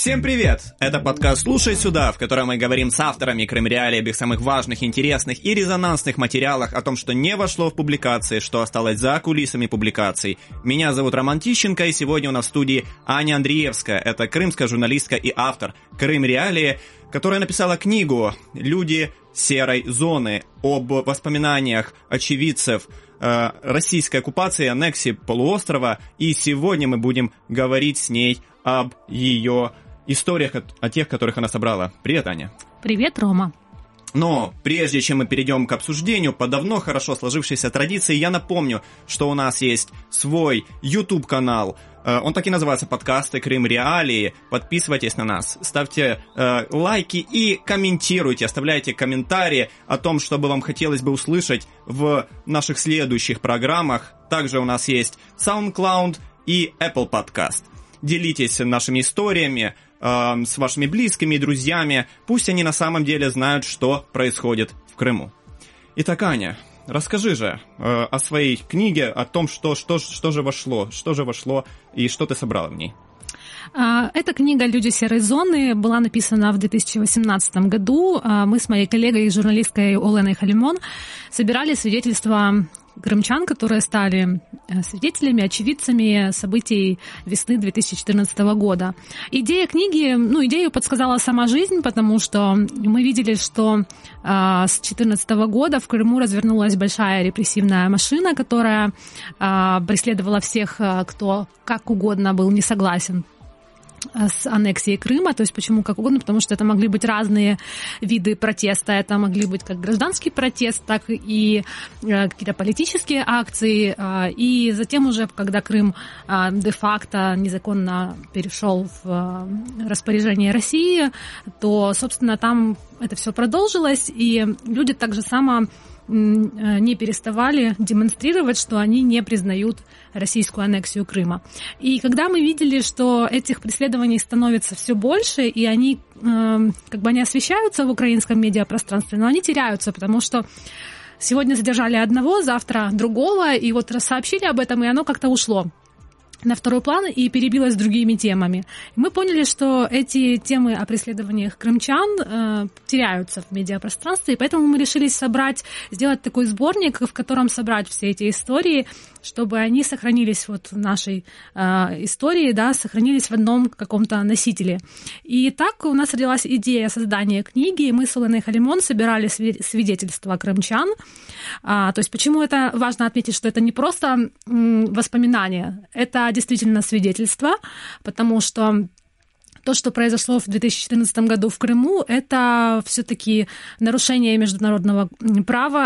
Всем привет! Это подкаст «Слушай сюда», в котором мы говорим с авторами Крым Реалии об их самых важных, интересных и резонансных материалах, о том, что не вошло в публикации, что осталось за кулисами публикаций. Меня зовут Роман Тищенко, и сегодня у нас в студии Аня Андреевская. Это крымская журналистка и автор Крым Реалии, которая написала книгу «Люди серой зоны» об воспоминаниях очевидцев российской оккупации и аннексии полуострова. И сегодня мы будем говорить с ней об ее историях, о тех, которых она собрала. Привет, Аня. Привет, Рома. Но прежде чем мы перейдем к обсуждению, по давно хорошо сложившейся традиции, я напомню, что у нас есть свой YouTube-канал. Он так и называется «Подкасты Крым Реалии». Подписывайтесь на нас, ставьте лайки и комментируйте, оставляйте комментарии о том, что бы вам хотелось бы услышать в наших следующих программах. Также у нас есть SoundCloud и Apple Podcast. Делитесь нашими историями с вашими близкими и друзьями. Пусть они на самом деле знают, что происходит в Крыму. Итак, Аня, расскажи же о своей книге, о том, что же вошло и что ты собрала в ней. Эта книга «Люди серой зоны» была написана в 2018 году. Мы с моей коллегой и журналисткой Оленой Халимон собирали свидетельства крымчан, которые стали свидетелями, очевидцами событий весны 2014 года. Идея книги, идею подсказала сама жизнь, потому что мы видели, что с 2014 года в Крыму развернулась большая репрессивная машина, которая преследовала всех, кто как угодно был не согласен с аннексией Крыма, то есть почему как угодно, потому что это могли быть разные виды протеста, это могли быть как гражданский протест, так и какие-то политические акции, и затем уже, когда Крым де-факто незаконно перешел в распоряжение России, то, собственно, там это все продолжилось, и люди так же само не переставали демонстрировать, что они не признают российскую аннексию Крыма. И когда мы видели, что этих преследований становится все больше, и они они освещаются в украинском медиапространстве, но они теряются, потому что сегодня задержали одного, завтра другого, и вот сообщили об этом, и оно как-то ушло на второй план и перебилось другими темами. Мы поняли, что эти темы о преследованиях крымчан теряются в медиапространстве, и поэтому мы решили сделать такой сборник, в котором собрать все эти истории, чтобы они сохранились в нашей истории, сохранились в одном каком-то носителе. И так у нас родилась идея создания книги, и мы с Оленой Халимон собирали свидетельства крымчан. То есть почему это важно отметить, что это не просто воспоминания, это действительно свидетельство, потому что то, что произошло в 2014 году в Крыму, это все-таки нарушение международного права,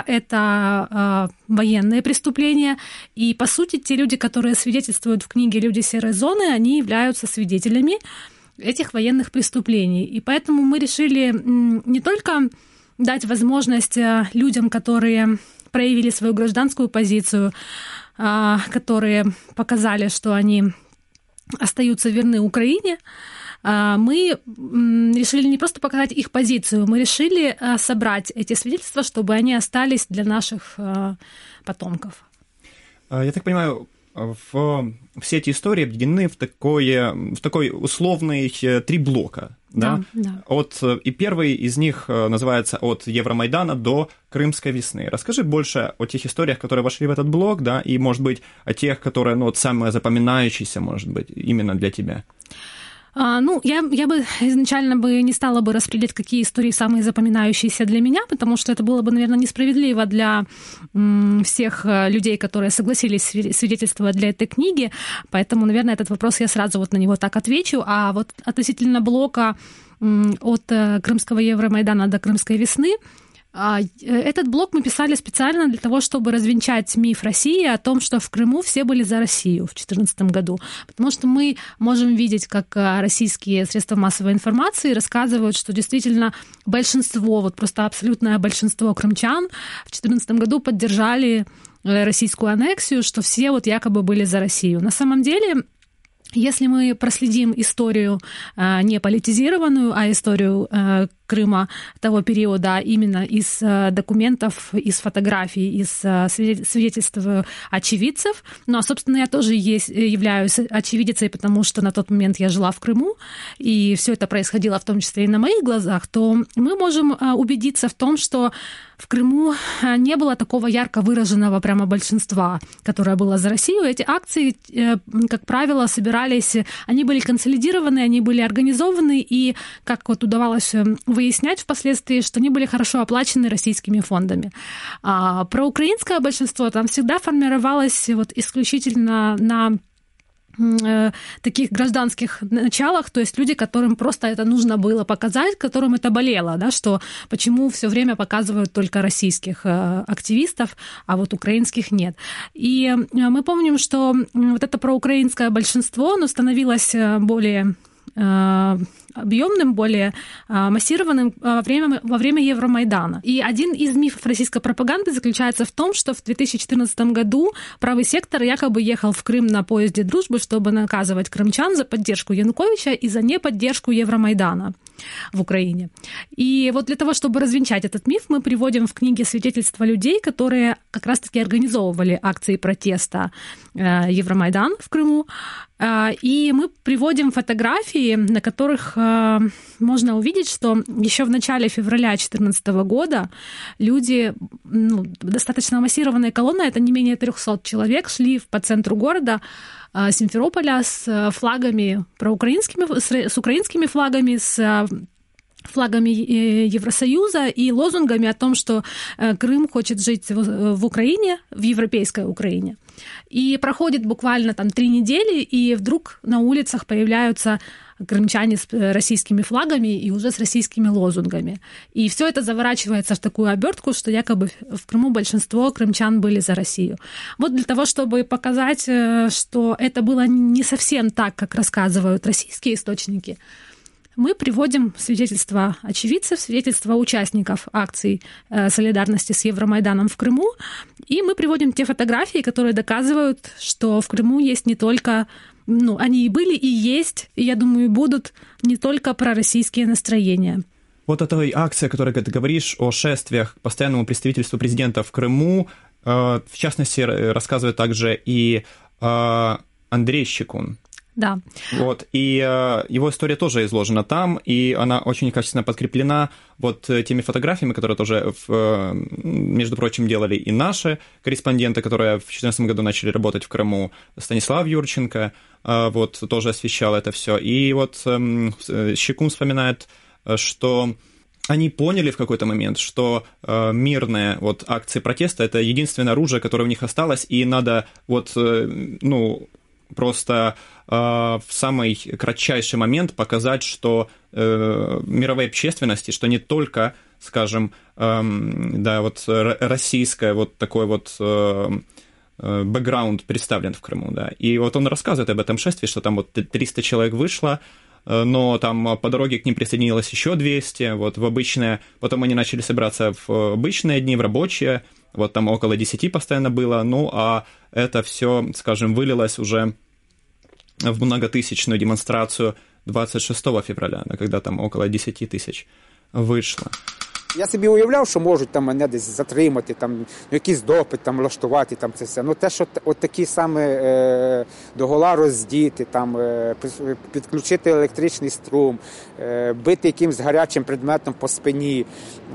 это военные преступления. И, по сути, те люди, которые свидетельствуют в книге «Люди серой зоны», они являются свидетелями этих военных преступлений. И поэтому мы решили не только дать возможность людям, которые проявили свою гражданскую позицию, которые показали, что они остаются верны Украине, мы решили не просто показать их позицию, мы решили собрать эти свидетельства, чтобы они остались для наших потомков. Я так понимаю, все эти истории объединены в такой условный 3 блока. Да? Да. И первый из них называется «От Евромайдана до Крымской весны». Расскажи больше о тех историях, которые вошли в этот блок, да, и, может быть, о тех, которые, самые запоминающиеся, может быть, именно для тебя. Я бы изначально не стала бы распределять, какие истории самые запоминающиеся для меня, потому что это было бы, наверное, несправедливо для всех людей, которые согласились свидетельствовать для этой книги. Поэтому, наверное, этот вопрос я сразу на него так отвечу. А вот относительно блока от Крымского Евромайдана до Крымской весны, этот блог мы писали специально для того, чтобы развенчать миф России о том, что в Крыму все были за Россию в 2014 году. Потому что мы можем видеть, как российские средства массовой информации рассказывают, что действительно большинство, просто абсолютное большинство крымчан в 2014 году поддержали российскую аннексию, что все якобы были за Россию. На самом деле, если мы проследим историю не политизированную, а историю Крыма того периода именно из документов, из фотографий, из свидетельств очевидцев. Ну, а, собственно, я тоже являюсь очевидицей, потому что на тот момент я жила в Крыму, и все это происходило в том числе и на моих глазах, то мы можем убедиться в том, что в Крыму не было такого ярко выраженного прямо большинства, которое было за Россию. Эти акции, как правило, собирались, они были консолидированы, они были организованы, и, как вот удавалось выяснять впоследствии, что они были хорошо оплачены российскими фондами. А проукраинское большинство там всегда формировалось вот исключительно на таких гражданских началах, то есть люди, которым просто это нужно было показать, которым это болело, да, что почему все время показывают только российских активистов, а вот украинских нет. И мы помним, что вот это проукраинское большинство, оно становилось более объемным, более массированным во время Евромайдана. И один из мифов российской пропаганды заключается в том, что в 2014 году правый сектор якобы ехал в Крым на поезде дружбы, чтобы наказывать крымчан за поддержку Януковича и за неподдержку Евромайдана в Украине. И вот для того, чтобы развенчать этот миф, мы приводим в книге свидетельства людей, которые как раз-таки организовывали акции протеста Евромайдан в Крыму. И мы приводим фотографии, на которых можно увидеть, что еще в начале февраля 2014 года люди, достаточно массированная колонна, это не менее 300 человек, шли по центру города Симферополя с флагами проукраинскими, с украинскими флагами, с флагами Евросоюза и лозунгами о том, что Крым хочет жить в Украине, в европейской Украине. И проходит буквально там 3 недели, и вдруг на улицах появляются крымчане с российскими флагами и уже с российскими лозунгами. И все это заворачивается в такую обертку, что якобы в Крыму большинство крымчан были за Россию. Вот для того, чтобы показать, что это было не совсем так, как рассказывают российские источники, мы приводим свидетельства очевидцев, свидетельства участников акций солидарности с Евромайданом в Крыму, и мы приводим те фотографии, которые доказывают, что в Крыму есть не только, они и были, и есть, и, я думаю, и будут не только пророссийские настроения. Вот эта акция, о которой ты говоришь, о шествиях к постоянному представительству президента в Крыму, в частности, рассказывает также и Андрей Щекун. Да. Вот, и его история тоже изложена там, и она очень качественно подкреплена вот теми фотографиями, которые тоже, между прочим, делали и наши корреспонденты, которые в 2014 году начали работать в Крыму, Станислав Юрченко, вот, тоже освещал это все. И вот Щекун вспоминает, что они поняли в какой-то момент, что мирные вот акции протеста – это единственное оружие, которое у них осталось, и надо вот, просто в самый кратчайший момент показать, что мировой общественности, что не только, скажем, вот российская вот такой вот бэкграунд представлен в Крыму, да. И вот он рассказывает об этом шествии, что там вот 300 человек вышло, но там по дороге к ним присоединилось еще 200, вот в обычные, потом они начали собираться в обычные дни, в рабочие, вот там около 10 постоянно было, а это все, скажем, вылилось уже в многотысячную демонстрацию 26 февраля, когда там около 10 тысяч вийшло. Я собі уявляв, що можуть там мене десь затримати, там якийсь допит там влаштувати, там це все. Те, що от такі саме догола роздіти, там підключити електричний струм, бити якимсь гарячим предметом по спині,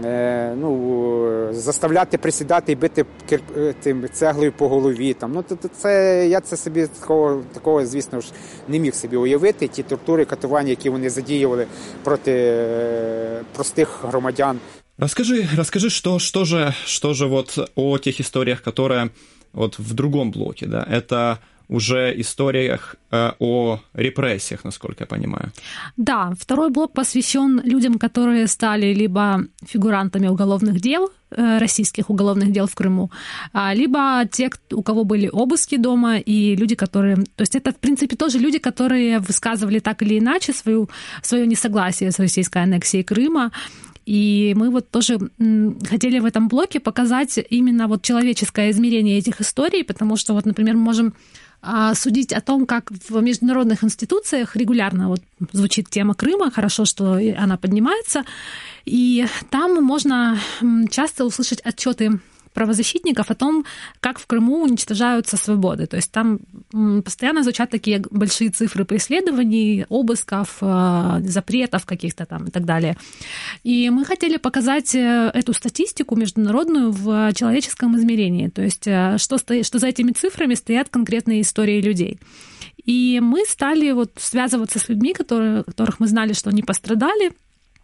заставляти присідати і бити тим цеглою по голові. Там, це я це собі такого, звісно ж, не міг собі уявити. Ті тортури, катування, які вони задіювали проти простих громадян. Расскажи, что же вот о тех историях, которые вот в другом блоке, да, это уже историях о репрессиях, насколько я понимаю. Да, второй блок посвящен людям, которые стали либо фигурантами уголовных дел, российских уголовных дел в Крыму, либо те, у кого были обыски дома, и люди, которые... То есть это, в принципе, тоже люди, которые высказывали так или иначе свое несогласие с российской аннексией Крыма. И мы вот тоже хотели в этом блоке показать именно вот человеческое измерение этих историй, потому что вот, например, мы можем судить о том, как в международных институциях регулярно вот звучит тема Крыма, хорошо, что она поднимается, и там можно часто услышать отчеты правозащитников о том, как в Крыму уничтожаются свободы. То есть там постоянно звучат такие большие цифры преследований, обысков, запретов каких-то там и так далее. И мы хотели показать эту статистику международную в человеческом измерении. То есть что за этими цифрами стоят конкретные истории людей. И мы стали вот связываться с людьми, которых мы знали, что они пострадали,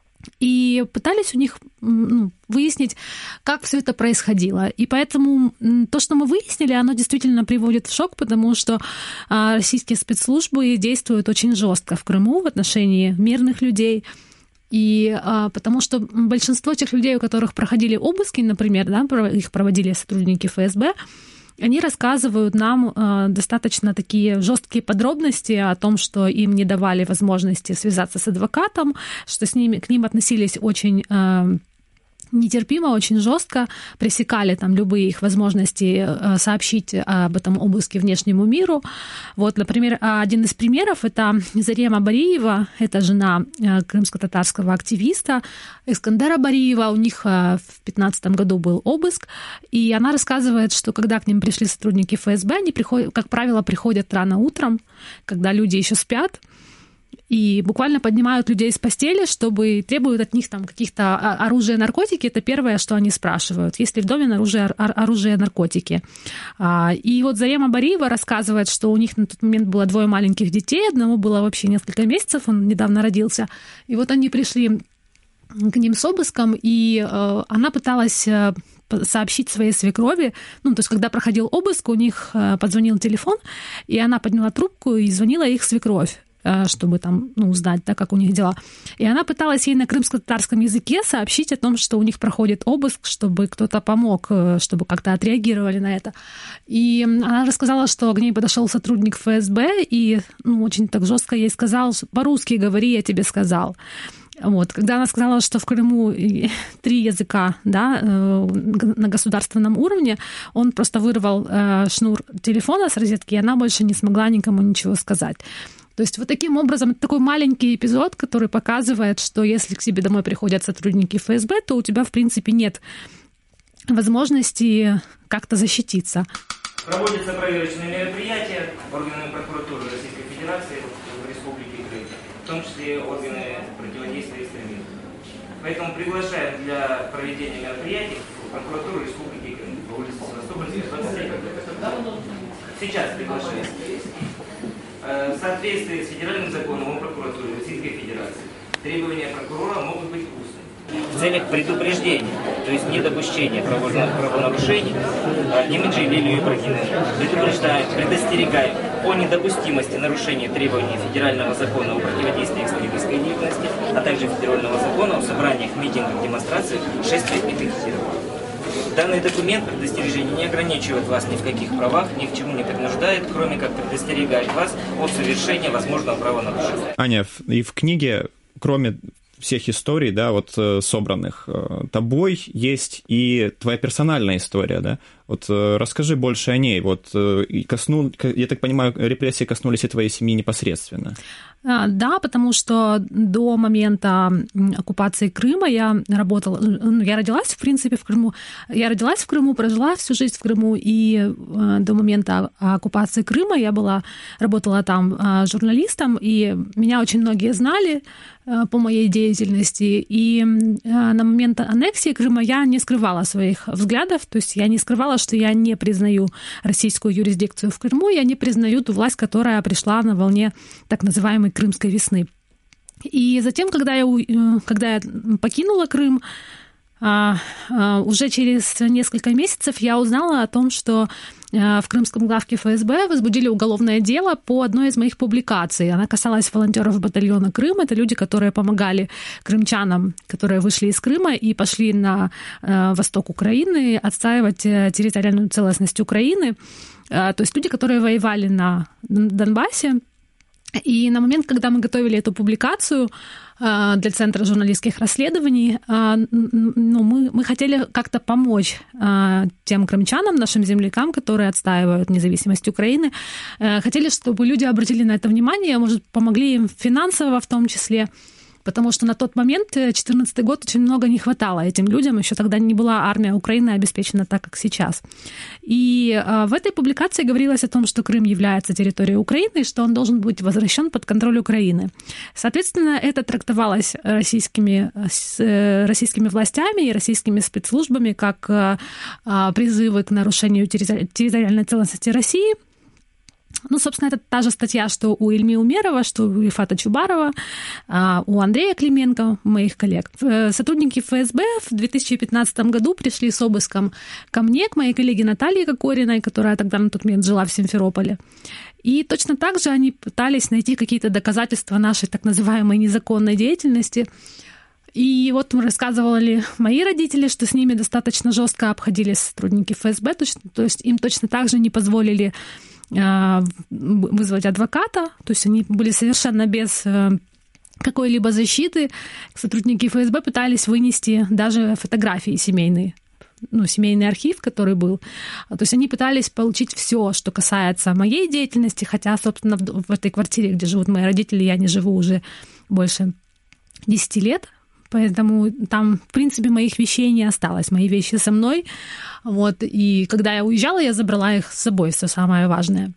и пытались у них выяснить, как все это происходило. И поэтому то, что мы выяснили, оно действительно приводит в шок, потому что российские спецслужбы действуют очень жестко в Крыму в отношении мирных людей. И потому что большинство тех людей, у которых проходили обыски, например, да, их проводили сотрудники ФСБ, они рассказывают нам достаточно такие жесткие подробности о том, что им не давали возможности связаться с адвокатом, что к ним относились очень нетерпимо, очень жестко, пресекали там любые их возможности сообщить об этом обыске внешнему миру. Вот, например, один из примеров — это Зарема Бариева, это жена крымско-татарского активиста Искандера Бариева. У них в 2015 году был обыск, и она рассказывает, что когда к ним пришли сотрудники ФСБ, они, как правило, приходят рано утром, когда люди еще спят, и буквально поднимают людей с постели, чтобы требуют от них там каких-то оружия, наркотики. Это первое, что они спрашивают. Есть ли в доме оружие, наркотики? И вот Зарема Бариева рассказывает, что у них на тот момент было 2 маленьких детей, одному было вообще несколько месяцев, он недавно родился. И вот они пришли к ним с обыском, и она пыталась сообщить своей свекрови, то есть когда проходил обыск, у них позвонил телефон, и она подняла трубку и звонила их свекровь, чтобы там, узнать, да, как у них дела. И она пыталась ей на крымско-татарском языке сообщить о том, что у них проходит обыск, чтобы кто-то помог, чтобы как-то отреагировали на это. И она рассказала, что к ней подошел сотрудник ФСБ и очень так жестко ей сказал: по-русски говори, я тебе сказал. Вот. Когда она сказала, что в Крыму 3 языка, да, на государственном уровне, он просто вырвал шнур телефона с розетки, и она больше не смогла никому ничего сказать. То есть вот таким образом, это такой маленький эпизод, который показывает, что если к тебе домой приходят сотрудники ФСБ, то у тебя, в принципе, нет возможности как-то защититься. Проводятся проверочные мероприятия органами прокуратуры Российской Федерации в Республике Крым, в том числе органы противодействия экстремизму. Поэтому приглашаем для проведения мероприятий прокуратуру Республики Крым по улице Севастопольской, 27. Сейчас приглашаем. В соответствии с федеральным законом о прокуратуре Российской Федерации требования прокурора могут быть устными. В целях предупреждения, то есть недопущения правонарушений, Немеджи Лилию Ибрагимовну предупреждаем, предостерегаем о недопустимости нарушения требований федерального закона о противодействии экстремистской деятельности, а также федерального закона о собраниях, митингах, демонстрациях, шествиях и пикетированиях. Данный документ предостережения не ограничивает вас ни в каких правах, ни к чему не принуждает, кроме как предостерегает вас от совершения возможного правонарушения. Аня, и в книге, кроме всех историй, да, вот собранных тобой, есть и твоя персональная история, да? Вот расскажи больше о ней. Вот я так понимаю, репрессии коснулись и твоей семьи непосредственно. Да, потому что до момента оккупации Крыма я родилась, в принципе, в Крыму. Я родилась в Крыму, прожила всю жизнь в Крыму, и до момента оккупации Крыма я работала там журналистом, и меня очень многие знали по моей деятельности. И на момент аннексии Крыма я не скрывала своих взглядов, то есть я не скрывала, что я не признаю российскую юрисдикцию в Крыму, я не признаю ту власть, которая пришла на волне так называемой Крымской весны. И затем, когда я покинула Крым, уже через несколько месяцев я узнала о том, что в крымском главке ФСБ возбудили уголовное дело по одной из моих публикаций. Она касалась волонтеров батальона Крым. Это люди, которые помогали крымчанам, которые вышли из Крыма и пошли на восток Украины отстаивать территориальную целостность Украины. То есть люди, которые воевали на Донбассе. И на момент, когда мы готовили эту публикацию для Центра журналистских расследований, мы хотели как-то помочь тем крымчанам, нашим землякам, которые отстаивают независимость Украины. Хотели, чтобы люди обратили на это внимание, может, помогли им финансово в том числе, потому что на тот момент, 2014 год, очень много не хватало этим людям. Еще тогда не была армия Украины обеспечена так, как сейчас. И в этой публикации говорилось о том, что Крым является территорией Украины, и что он должен быть возвращен под контроль Украины. Соответственно, это трактовалось российскими властями и российскими спецслужбами как призывы к нарушению территориальной целостности России. Собственно, это та же статья, что у Ильми Умерова, что у Ифата Чубарова, у Андрея Клименко, моих коллег. Сотрудники ФСБ в 2015 году пришли с обыском ко мне, к моей коллеге Наталье Кокориной, которая тогда на тот момент жила в Симферополе. И точно так же они пытались найти какие-то доказательства нашей так называемой незаконной деятельности. И вот рассказывали мои родители, что с ними достаточно жестко обходились сотрудники ФСБ, то есть им точно так же не позволили вызвать адвоката, то есть они были совершенно без какой-либо защиты. Сотрудники ФСБ пытались вынести даже фотографии семейные, семейный архив, который был. То есть они пытались получить все, что касается моей деятельности, хотя, собственно, в этой квартире, где живут мои родители, я не живу уже больше 10 лет. Поэтому там, в принципе, моих вещей не осталось. Мои вещи со мной. И когда я уезжала, я забрала их с собой, все самое важное.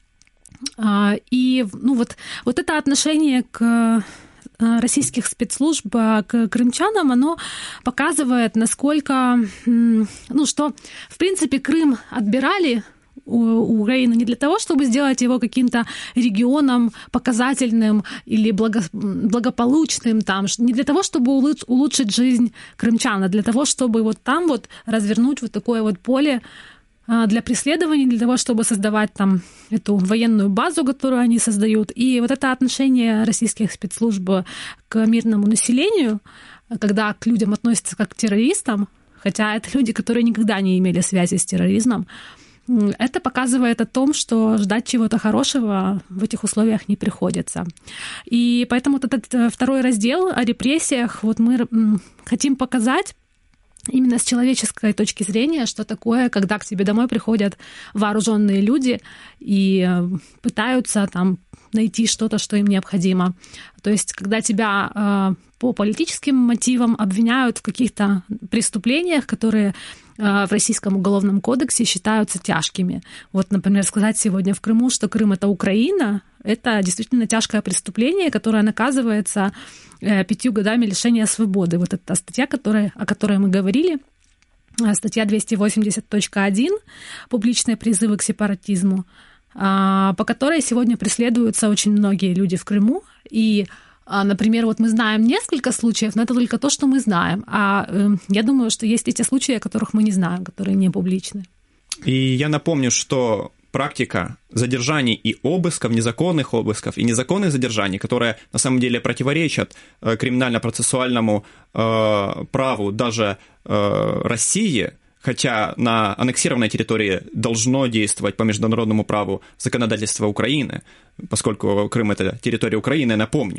И вот это отношение к российских спецслужб к крымчанам, оно показывает, насколько, что, в принципе, Крым отбирали у Украины не для того, чтобы сделать его каким-то регионом показательным или благополучным, не для того, чтобы улучшить жизнь крымчан, а для того, чтобы там развернуть такое поле для преследований, для того, чтобы создавать там эту военную базу, которую они создают. И это отношение российских спецслужб к мирному населению, когда к людям относятся как к террористам, хотя это люди, которые никогда не имели связи с терроризмом, это показывает о том, что ждать чего-то хорошего в этих условиях не приходится. И поэтому этот второй раздел о репрессиях мы хотим показать именно с человеческой точки зрения, что такое, когда к тебе домой приходят вооруженные люди и пытаются найти что-то, что им необходимо. То есть, когда тебя по политическим мотивам обвиняют в каких-то преступлениях, которые в Российском уголовном кодексе считаются тяжкими. Например, сказать сегодня в Крыму, что Крым — это Украина, это действительно тяжкое преступление, которое наказывается 5 годами лишения свободы. Это статья, о которой мы говорили, статья 280.1 «Публичные призывы к сепаратизму», по которой сегодня преследуются очень многие люди в Крыму. И, например, мы знаем несколько случаев, но это только то, что мы знаем. А я думаю, что есть и те случаи, о которых мы не знаем, которые не публичны. И я напомню, что практика задержаний и обысков, незаконных обысков и незаконных задержаний, которые на самом деле противоречат криминально-процессуальному праву даже России, хотя на аннексированной территории должно действовать по международному праву законодательство Украины, поскольку Крым — это территория Украины, напомню.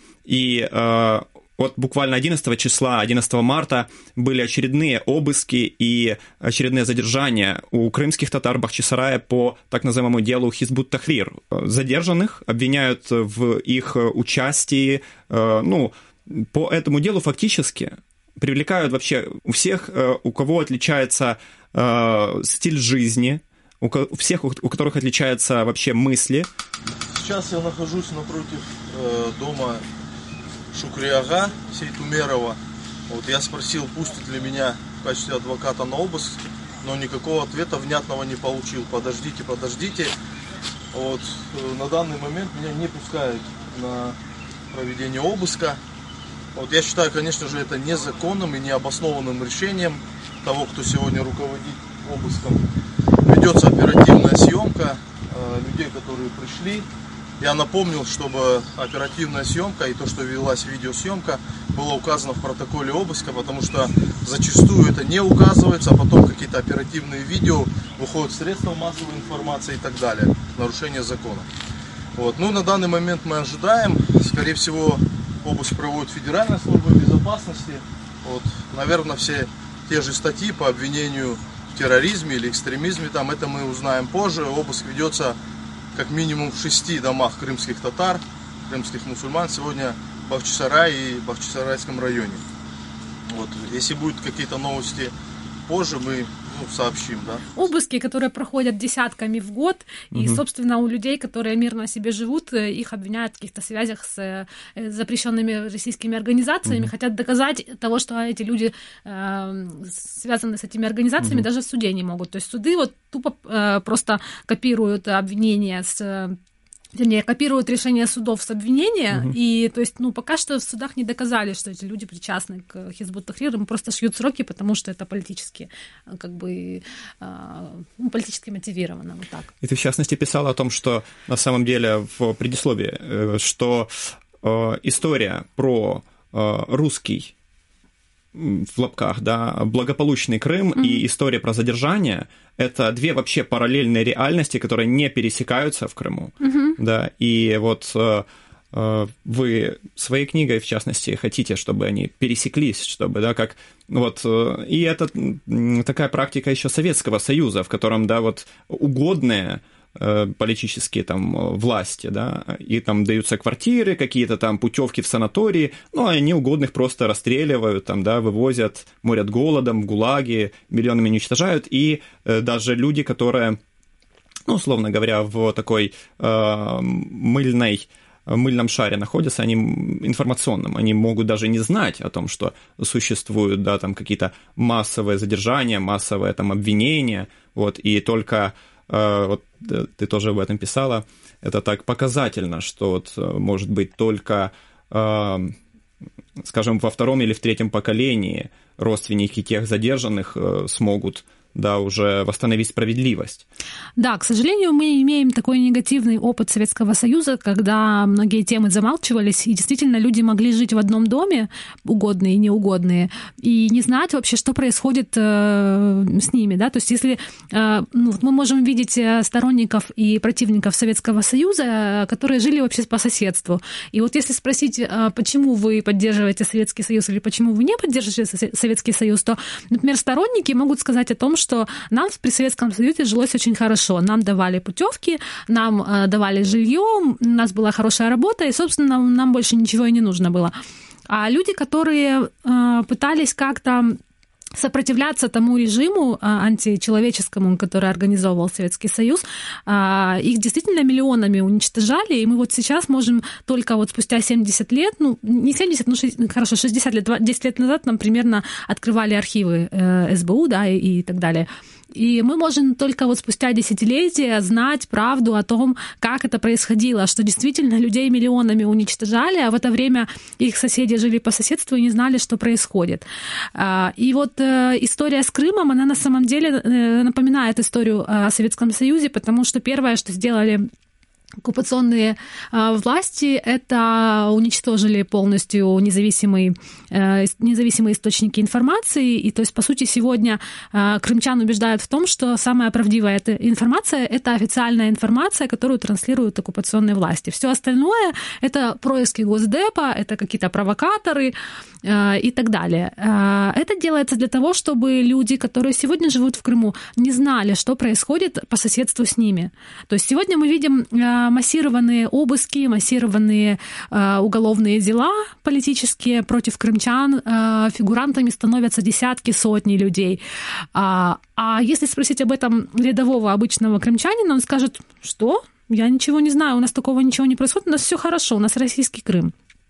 И буквально 11 марта были очередные обыски и очередные задержания у крымских татар Бахчисарая по так называемому делу Хизбут Тахрир. Задержанных обвиняют в их участии, по этому делу фактически привлекают вообще у всех, у кого отличается стиль жизни, у всех, у которых отличаются вообще мысли. Сейчас я нахожусь напротив дома Шукри-ага Сейтумерова. Я спросил, пустит ли меня в качестве адвоката на обыск, но никакого ответа внятного не получил. Подождите. На данный момент меня не пускают на проведение обыска. Я считаю, конечно же, это незаконным и необоснованным решением того, кто сегодня руководит обыском. Ведется оперативная съемка людей, которые пришли. Я напомнил, чтобы оперативная съемка и то, что велась видеосъемка, было указано в протоколе обыска, потому что зачастую это не указывается, а потом какие-то оперативные видео выходят в средства массовой информации и так далее. Нарушение закона. Вот. Ну, на данный момент мы ожидаем, скорее всего, обыск проводит Федеральная служба безопасности. Вот. Наверное, все те же статьи по обвинению в терроризме или экстремизме, там это мы узнаем позже. Обыск ведется как минимум в 6 домах крымских татар, крымских мусульман, сегодня в Бахчисарае и Бахчисарайском районе. Вот. Если будут какие-то новости позже, мы сообщим, да. Обыски, которые проходят десятками в год, и, собственно, у людей, которые мирно себе живут, их обвиняют в каких-то связях с запрещенными российскими организациями, хотят доказать того, что эти люди связаны с этими организациями, даже в суде не могут. То есть суды вот тупо просто копируют обвинения копируют решения судов с обвинения, и, то есть, пока что в судах не доказали, что эти люди причастны к Хизбут Тахрир, им просто шьют сроки, потому что это политически, политически мотивировано, вот так. И ты, в частности, писала о том, что, на самом деле, в предисловии, что история про русский, в лапках, да, благополучный Крым и история про задержание — это две вообще параллельные реальности, которые не пересекаются в Крыму, да, и вот вы своей книгой, в частности, хотите, чтобы они пересеклись, чтобы, да, как вот, и это такая практика еще Советского Союза, в котором, да, вот угодные политические там власти, да, и там даются квартиры, какие-то там путевки в санатории, а неугодных просто расстреливают, там, да, вывозят, морят голодом в ГУЛАГе, миллионами уничтожают, и даже люди, которые, условно говоря, в такой мыльном шаре находятся, они информационном, они могут даже не знать о том, что существуют, да, там какие-то массовые задержания, массовые там обвинения, вот, и только вот ты тоже об этом писала, это так показательно, что вот, может быть, только, скажем, во втором или в третьем поколении родственники тех задержанных смогут, да, уже восстановить справедливость. Да, к сожалению, мы имеем такой негативный опыт Советского Союза, когда многие темы замалчивались, и действительно люди могли жить в одном доме, угодные и неугодные, и не знать вообще, что происходит с ними, да, то есть если мы можем видеть сторонников и противников Советского Союза, которые жили вообще по соседству, и вот если спросить, почему вы поддерживаете Советский Союз или почему вы не поддерживаете Советский Союз, то, например, сторонники могут сказать о том, что нам при Советском Союзе жилось очень хорошо. Нам давали путевки, нам давали жилье, у нас была хорошая работа, и, собственно, нам больше ничего и не нужно было. А люди, которые пытались как-то сопротивляться тому режиму античеловеческому, который организовывал Советский Союз, их действительно миллионами уничтожали, и мы вот сейчас можем только вот спустя 70 лет, не 70, 60 лет, 10 лет назад нам примерно открывали архивы СБУ, да, и так далее. И мы можем только вот спустя десятилетия знать правду о том, как это происходило, что действительно людей миллионами уничтожали, а в это время их соседи жили по соседству и не знали, что происходит. И вот история с Крымом, она на самом деле напоминает историю о Советском Союзе, потому что первое, что сделали оккупационные власти, это уничтожили полностью независимые источники информации. И то есть, по сути, сегодня крымчан убеждают в том, что самая правдивая информация — это официальная информация, которую транслируют оккупационные власти. Все остальное — это происки Госдепа, это какие-то провокаторы и так далее. Это делается для того, чтобы люди, которые сегодня живут в Крыму, не знали, что происходит по соседству с ними. То есть сегодня мы видим массированные обыски, массированные уголовные дела политические против крымчан. Фигурантами становятся десятки, сотни людей. А если спросить об этом рядового обычного крымчанина, он скажет: что? Я ничего не знаю, у нас такого ничего не происходит, у нас все хорошо, у нас российский Крым.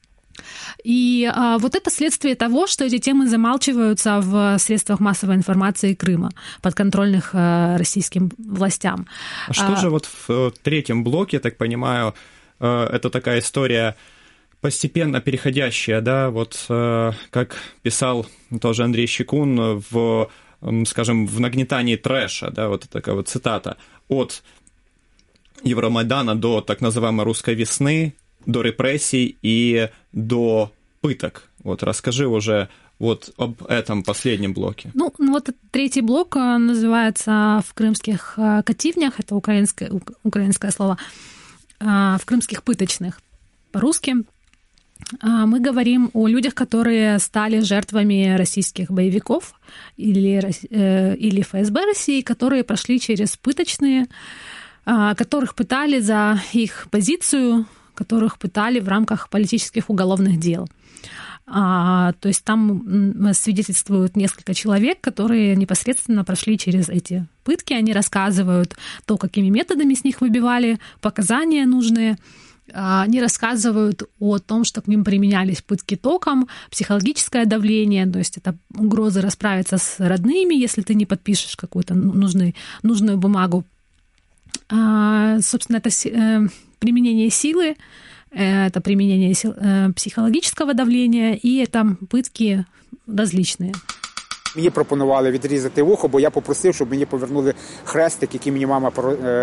И вот это следствие того, что эти темы замалчиваются в средствах массовой информации Крыма, подконтрольных российским властям. А что же вот в третьем блоке, я так понимаю, это такая история постепенно переходящая, да, вот как писал тоже Андрей Щекун скажем, в нагнетании трэша, да, вот такая вот цитата: от Евромайдана до так называемой русской весны, до репрессий и до пыток. Вот расскажи уже вот об этом последнем блоке. Вот третий блок называется «В крымских кативнях», это украинское слово. в крымских пыточных. По-русски мы говорим о людях, которые стали жертвами российских боевиков или ФСБ России, которые прошли через пыточные, которых пытали за их позицию, которых пытали в рамках политических уголовных дел. То есть там свидетельствуют несколько человек, которые непосредственно прошли через эти пытки. Они рассказывают то, какими методами с них выбивали показания нужные. Они рассказывают о том, что к ним применялись пытки током, психологическое давление, то есть это угрозы расправиться с родными, если ты не подпишешь какую-то нужную бумагу. Собственно, это применение силы, это применение психологического давления, і это пытки различные. Мені пропонували відрізати вухо, бо я попросив, щоб мені повернули хрестик, який мені мама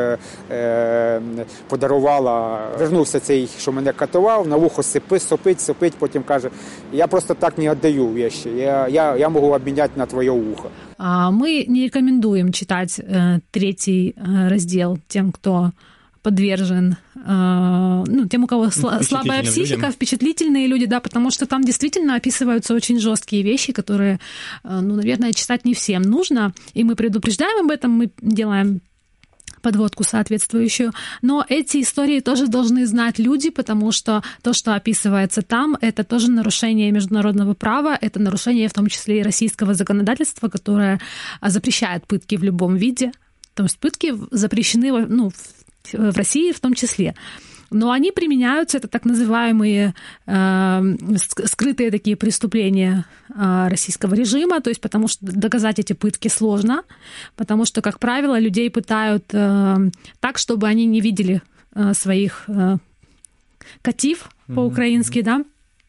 подарувала. Вернувся цей, що мене катував, на вухо сопить, потім каже, я просто так не віддаю вещи, я можу обміняти на твоє вухо. Мы не рекомендуем читать 3 раздел тем, кто подвержен, тем, у кого слабая психика, впечатлительные люди, да, потому что там действительно описываются очень жесткие вещи, которые, наверное, читать не всем нужно, и мы предупреждаем об этом, мы делаем подводку соответствующую, но эти истории тоже должны знать люди, потому что то, что описывается там, это тоже нарушение международного права, это нарушение в том числе и российского законодательства, которое запрещает пытки в любом виде, то есть пытки запрещены, в России в том числе. Но они применяются, это так называемые скрытые такие преступления российского режима, то есть потому что доказать эти пытки сложно, потому что, как правило, людей пытают так, чтобы они не видели своих катив по-украински, да.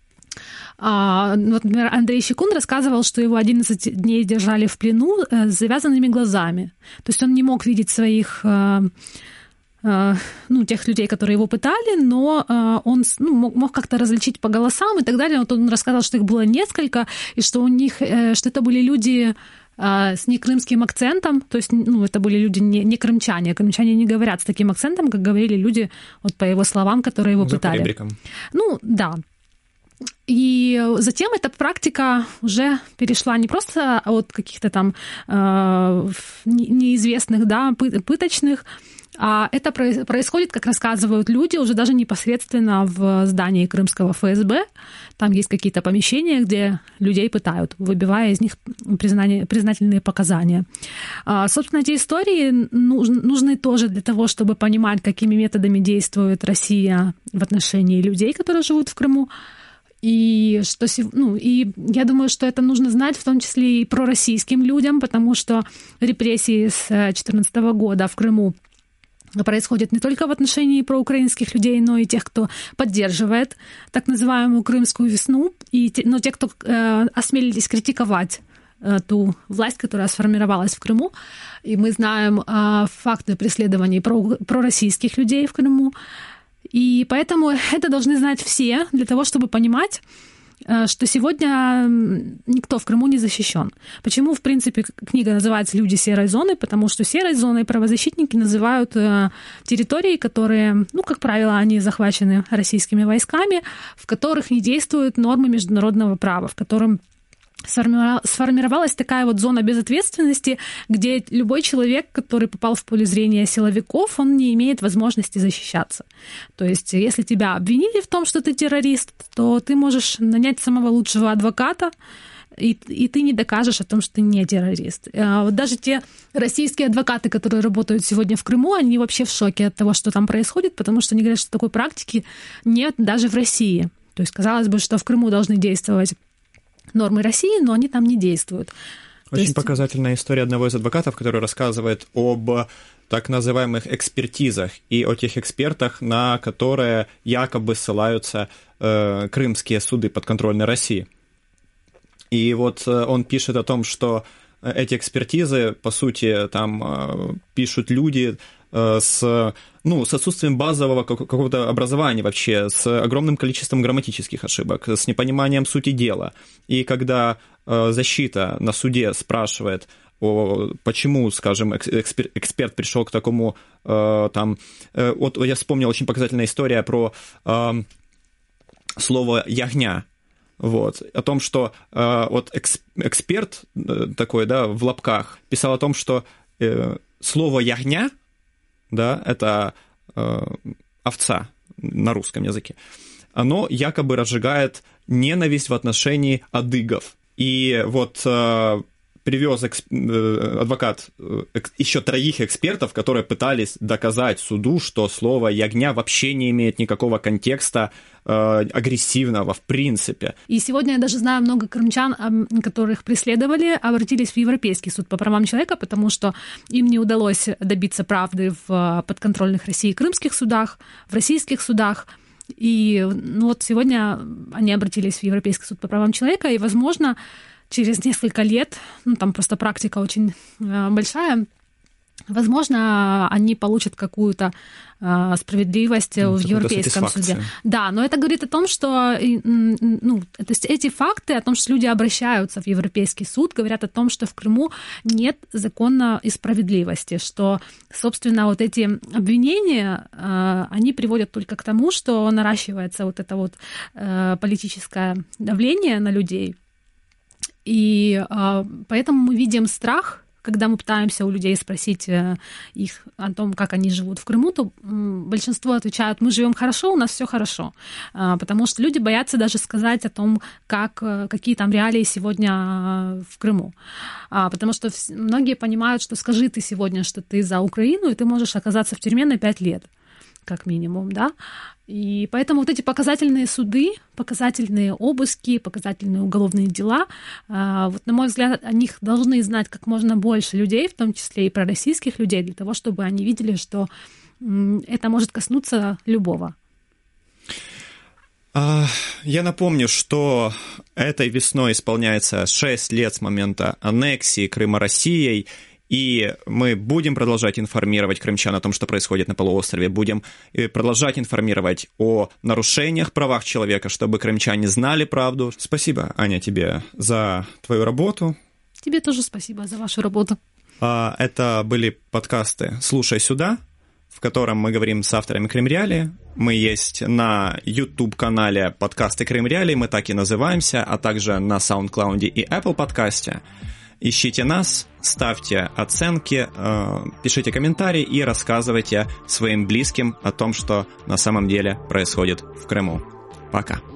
Вот, например, Андрей Щекун рассказывал, что его 11 дней держали в плену с завязанными глазами. То есть он не мог видеть своих... тех людей, которые его пытали, но он мог как-то различить по голосам и так далее. Вот он рассказал, что их было несколько, и что у них, что это были люди с некрымским акцентом, то есть, это были люди не крымчане. Крымчане не говорят с таким акцентом, как говорили люди, вот по его словам, которые его пытали. За поребриком. Да. И затем эта практика уже перешла не просто от каких-то там неизвестных, да, пыточных, а это происходит, как рассказывают люди, уже даже непосредственно в здании крымского ФСБ. Там есть какие-то помещения, где людей пытают, выбивая из них признательные показания. Собственно, эти истории нужны тоже для того, чтобы понимать, какими методами действует Россия в отношении людей, которые живут в Крыму. И я думаю, что это нужно знать в том числе и пророссийским людям, потому что репрессии с 2014 года в Крыму происходит не только в отношении проукраинских людей, но и тех, кто поддерживает так называемую Крымскую весну, но те, кто осмелились критиковать ту власть, которая сформировалась в Крыму. И мы знаем факты преследований пророссийских людей в Крыму. И поэтому это должны знать все для того, чтобы понимать, что сегодня никто в Крыму не защищен. Почему, в принципе, книга называется «Люди серой зоны»? Потому что серой зоной правозащитники называют территории, которые, как правило, они захвачены российскими войсками, в которых не действуют нормы международного права, в котором сформировалась такая вот зона безответственности, где любой человек, который попал в поле зрения силовиков, он не имеет возможности защищаться. То есть, если тебя обвинили в том, что ты террорист, то ты можешь нанять самого лучшего адвоката, и ты не докажешь о том, что ты не террорист. Вот даже те российские адвокаты, которые работают сегодня в Крыму, они вообще в шоке от того, что там происходит, потому что они говорят, что такой практики нет даже в России. То есть, казалось бы, что в Крыму должны действовать нормы России, но они там не действуют. Очень показательная история одного из адвокатов, который рассказывает об так называемых экспертизах и о тех экспертах, на которые якобы ссылаются крымские суды подконтрольной России. И вот он пишет о том, что эти экспертизы, по сути, там пишут люди с отсутствием базового какого-то образования вообще, с огромным количеством грамматических ошибок, с непониманием сути дела. И когда защита на суде спрашивает, почему, скажем, эксперт пришел к такому, вот я вспомнил очень показательная история про слово «ягня». Вот, о том, что вот эксперт такой, да, в лапках, писал о том, что слово «ягня», да, это овца на русском языке, оно якобы разжигает ненависть в отношении адыгов. И вот привез адвокат еще 3 экспертов, которые пытались доказать суду, что слово «ягня» вообще не имеет никакого контекста агрессивного в принципе. И сегодня я даже знаю много крымчан, которых преследовали, обратились в Европейский суд по правам человека, потому что им не удалось добиться правды в подконтрольных России крымских судах, в российских судах. И вот сегодня они обратились в Европейский суд по правам человека, и, возможно, через несколько лет, там просто практика очень большая, возможно, они получат какую-то справедливость в Европейском суде. Да, но это говорит о том, что то есть эти факты о том, что люди обращаются в Европейский суд, говорят о том, что в Крыму нет закона и справедливости, что, собственно, вот эти обвинения, они приводят только к тому, что наращивается вот это вот политическое давление на людей. И поэтому мы видим страх, когда мы пытаемся у людей спросить их о том, как они живут в Крыму, то большинство отвечают: мы живем хорошо, у нас все хорошо. Потому что люди боятся даже сказать о том, какие там реалии сегодня в Крыму. Потому что многие понимают, что скажи ты сегодня, что ты за Украину, и ты можешь оказаться в тюрьме на 5 лет, как минимум, да. И поэтому вот эти показательные суды, показательные обыски, показательные уголовные дела, вот, на мой взгляд, о них должны знать как можно больше людей, в том числе и пророссийских людей, для того, чтобы они видели, что это может коснуться любого. Я напомню, что этой весной исполняется 6 лет с момента аннексии Крыма Россией, и мы будем продолжать информировать крымчан о том, что происходит на полуострове, будем продолжать информировать о нарушениях правах человека, чтобы крымчане знали правду. Спасибо, Аня, тебе за твою работу. Тебе тоже спасибо за вашу работу. Это были подкасты «Слушай сюда», в котором мы говорим с авторами Крым Реалии. Мы есть на YouTube-канале подкасты Крым Реалии, мы так и называемся, а также на SoundCloud и Apple подкасте. Ищите нас, ставьте оценки, пишите комментарии и рассказывайте своим близким о том, что на самом деле происходит в Крыму. Пока.